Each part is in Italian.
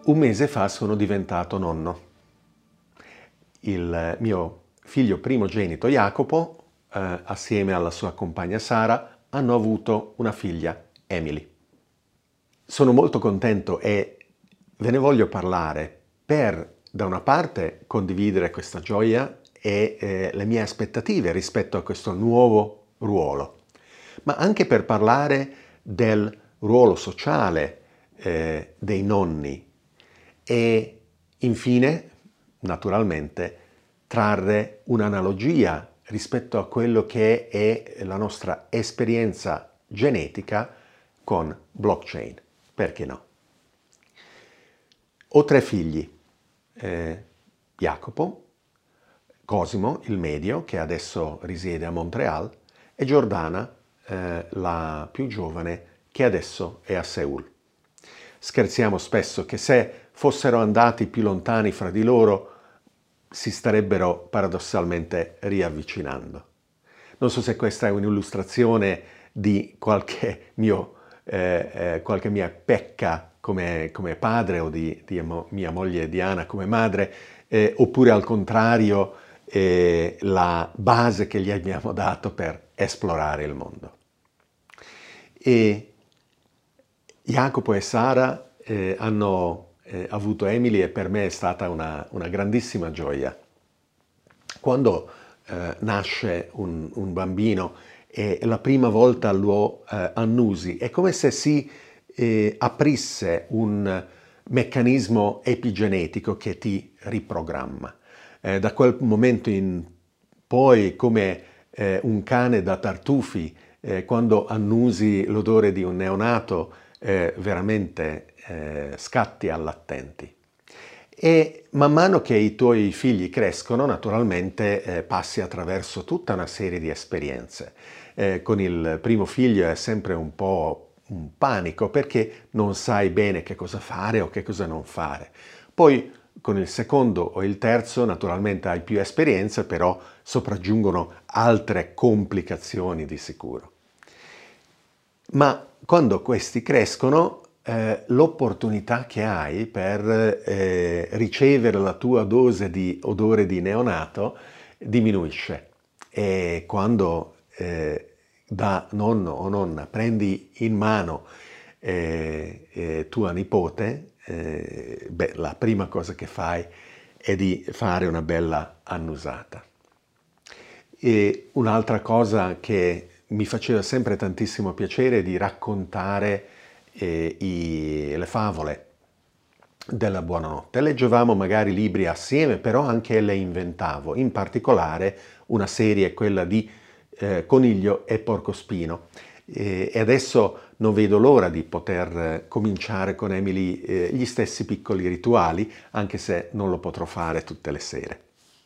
Un mese fa sono diventato nonno. Il mio figlio primogenito Jacopo, assieme alla sua compagna Sara, hanno avuto una figlia, Emily. Sono molto contento e ve ne voglio parlare per, da una parte, condividere questa gioia e le mie aspettative rispetto a questo nuovo ruolo, ma anche per parlare del ruolo sociale dei nonni e infine, naturalmente, trarre un'analogia rispetto a quello che è la nostra esperienza genetica con blockchain. Perché no? Ho 3 figli, Jacopo, Cosimo, il medio, che adesso risiede a Montreal, e Giordana, la più giovane, che adesso è a Seul. Scherziamo spesso che se fossero andati più lontani fra di loro si starebbero paradossalmente riavvicinando. Non so se questa è un'illustrazione di qualche mia pecca come padre o di mia moglie Diana come madre, oppure al contrario la base che gli abbiamo dato per esplorare il mondo. E Jacopo e Sara hanno avuto Emily e per me è stata una grandissima gioia. Quando nasce un bambino e la prima volta lo annusi, è come se si aprisse un meccanismo epigenetico che ti riprogramma. Da quel momento in poi, come un cane da tartufi, quando annusi l'odore di un neonato, veramente scatti all'attenti. E man mano che i tuoi figli crescono, naturalmente passi attraverso tutta una serie di esperienze. Con il primo figlio è sempre un po' un panico perché non sai bene che cosa fare o che cosa non fare. Poi con il secondo o il terzo naturalmente hai più esperienze, però sopraggiungono altre complicazioni di sicuro. Ma quando questi crescono, l'opportunità che hai per ricevere la tua dose di odore di neonato diminuisce. E quando da nonno o nonna prendi in mano tua nipote, la prima cosa che fai è di fare una bella annusata. E un'altra cosa che mi faceva sempre tantissimo piacere è di raccontare le favole della buonanotte. Leggevamo magari libri assieme, però anche le inventavo, in particolare una serie, quella di Coniglio e Porcospino. E adesso non vedo l'ora di poter cominciare con Emily gli stessi piccoli rituali, anche se non lo potrò fare tutte le sere.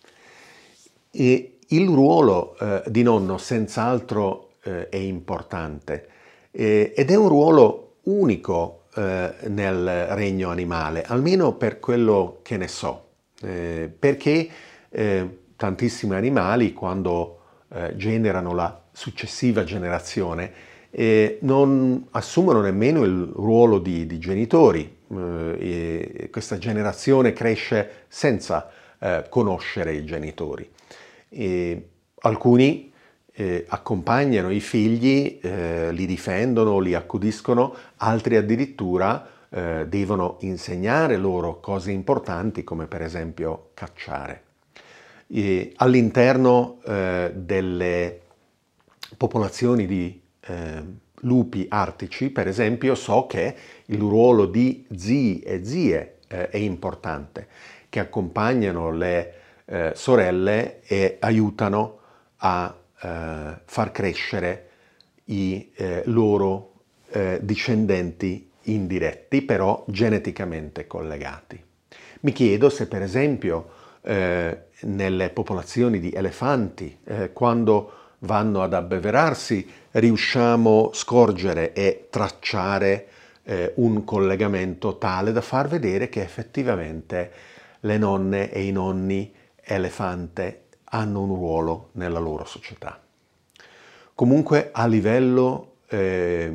E il ruolo di nonno senz'altro è importante ed è un ruolo unico nel regno animale, almeno per quello che ne so, perché tantissimi animali quando generano la successiva generazione non assumono nemmeno il ruolo di genitori. Questa generazione cresce senza conoscere i genitori. Alcuni accompagnano i figli, li difendono, li accudiscono, altri addirittura devono insegnare loro cose importanti come per esempio cacciare. All'interno delle popolazioni di lupi artici, per esempio, so che il ruolo di zii e zie è importante, che accompagnano le sorelle e aiutano a far crescere i loro discendenti indiretti, però geneticamente collegati. Mi chiedo se per esempio nelle popolazioni di elefanti, quando vanno ad abbeverarsi, riusciamo a scorgere e tracciare un collegamento tale da far vedere che effettivamente le nonne e i nonni elefante hanno un ruolo nella loro società. Comunque a livello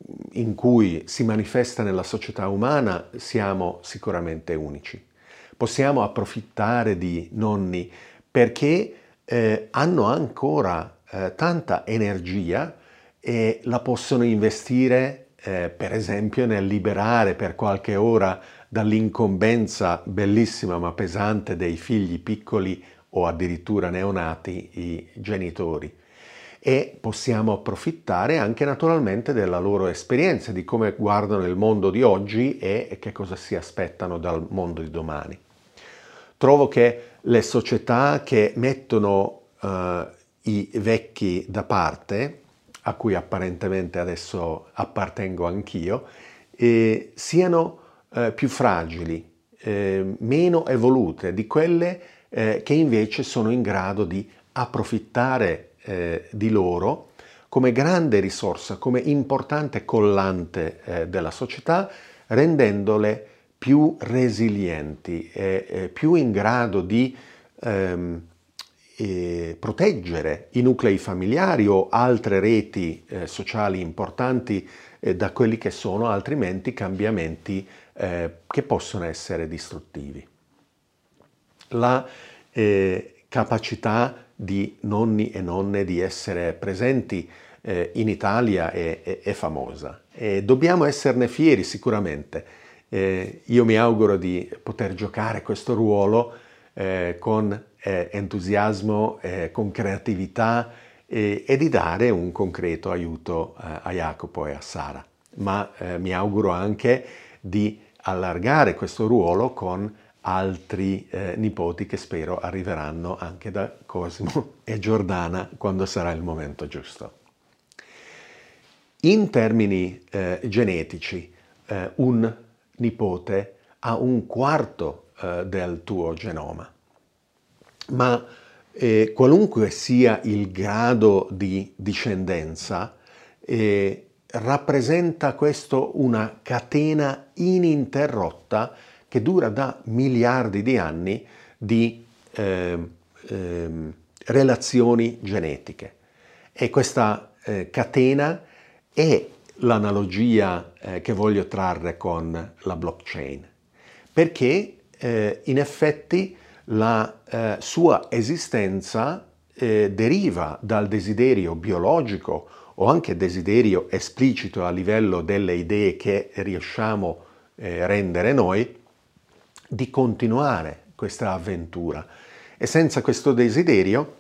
in cui si manifesta nella società umana siamo sicuramente unici. Possiamo approfittare di nonni perché hanno ancora tanta energia e la possono investire per esempio nel liberare per qualche ora dall'incombenza bellissima ma pesante dei figli piccoli o addirittura neonati i genitori. E possiamo approfittare anche naturalmente della loro esperienza, di come guardano il mondo di oggi e che cosa si aspettano dal mondo di domani. Trovo che le società che mettono i vecchi da parte, a cui apparentemente adesso appartengo anch'io, siano più fragili, meno evolute di quelle che invece sono in grado di approfittare di loro come grande risorsa, come importante collante della società, rendendole più resilienti, più in grado di proteggere i nuclei familiari o altre reti sociali importanti da quelli che sono altrimenti cambiamenti che possono essere distruttivi. La capacità di nonni e nonne di essere presenti in Italia è famosa e dobbiamo esserne fieri sicuramente. Io mi auguro di poter giocare questo ruolo con entusiasmo, con creatività e di dare un concreto aiuto a Jacopo e a Sara. Ma mi auguro anche di allargare questo ruolo con altri nipoti che spero arriveranno anche da Cosimo e Giordana quando sarà il momento giusto. In termini genetici, un nipote ha un quarto del tuo genoma, ma qualunque sia il grado di discendenza, rappresenta questo una catena ininterrotta che dura da miliardi di anni di relazioni genetiche. E questa catena è l'analogia che voglio trarre con la blockchain, perché in effetti la sua esistenza deriva dal desiderio biologico o anche desiderio esplicito a livello delle idee che riusciamo a rendere noi, di continuare questa avventura. E senza questo desiderio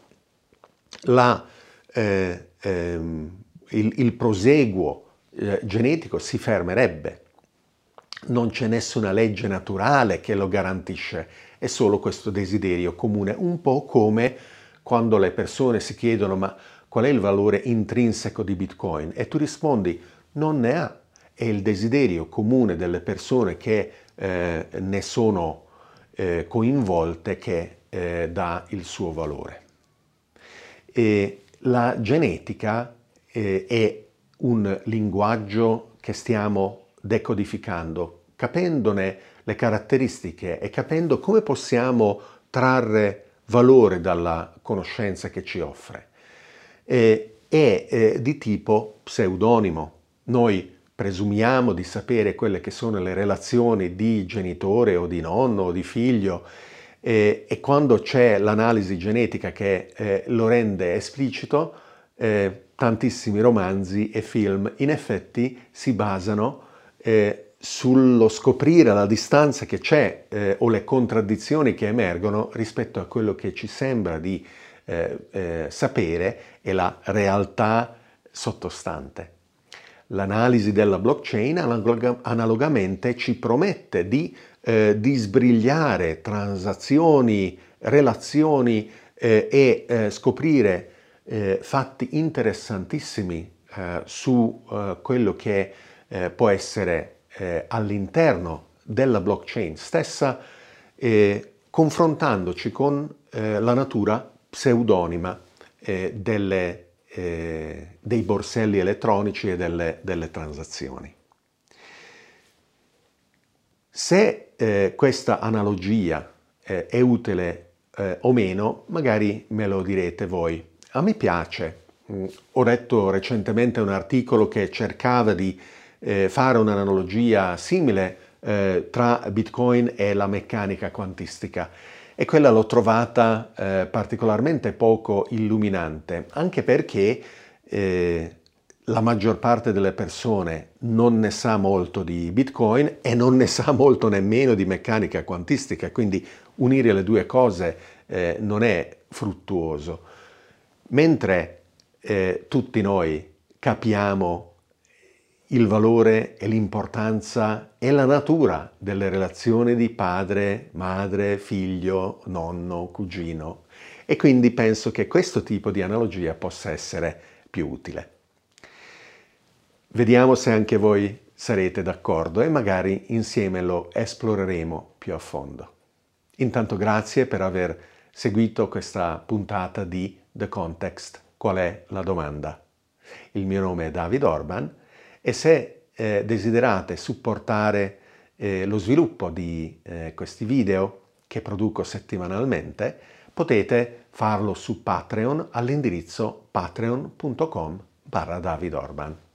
il proseguo genetico si fermerebbe. Non c'è nessuna legge naturale che lo garantisce, è solo questo desiderio comune, un po' come quando le persone si chiedono ma qual è il valore intrinseco di Bitcoin? E tu rispondi non ne ha, è il desiderio comune delle persone che ne sono coinvolte che dà il suo valore. E la genetica è un linguaggio che stiamo decodificando, capendone le caratteristiche e capendo come possiamo trarre valore dalla conoscenza che ci offre. È di tipo pseudonimo. Noi presumiamo di sapere quelle che sono le relazioni di genitore o di nonno o di figlio e quando c'è l'analisi genetica che lo rende esplicito, tantissimi romanzi e film in effetti si basano sullo scoprire la distanza che c'è o le contraddizioni che emergono rispetto a quello che ci sembra di sapere e la realtà sottostante. L'analisi della blockchain analogamente ci promette di sbrigliare transazioni, relazioni e scoprire fatti interessantissimi su quello che può essere all'interno della blockchain stessa, confrontandoci con la natura pseudonima dei borselli elettronici e delle transazioni. Se questa analogia è utile o meno, magari me lo direte voi. A me piace. Ho letto recentemente un articolo che cercava di fare un'analogia simile tra Bitcoin e la meccanica quantistica, e quella l'ho trovata particolarmente poco illuminante, anche perché la maggior parte delle persone non ne sa molto di Bitcoin e non ne sa molto nemmeno di meccanica quantistica, quindi unire le due cose non è fruttuoso. Mentre tutti noi capiamo il valore e l'importanza e la natura delle relazioni di padre, madre, figlio, nonno, cugino, e quindi penso che questo tipo di analogia possa essere più utile. Vediamo se anche voi sarete d'accordo e magari insieme lo esploreremo più a fondo. Intanto grazie per aver seguito questa puntata di The Context. Qual è la domanda? Il mio nome è David Orban e se desiderate supportare lo sviluppo di questi video che produco settimanalmente, potete farlo su Patreon all'indirizzo patreon.com/David Orban.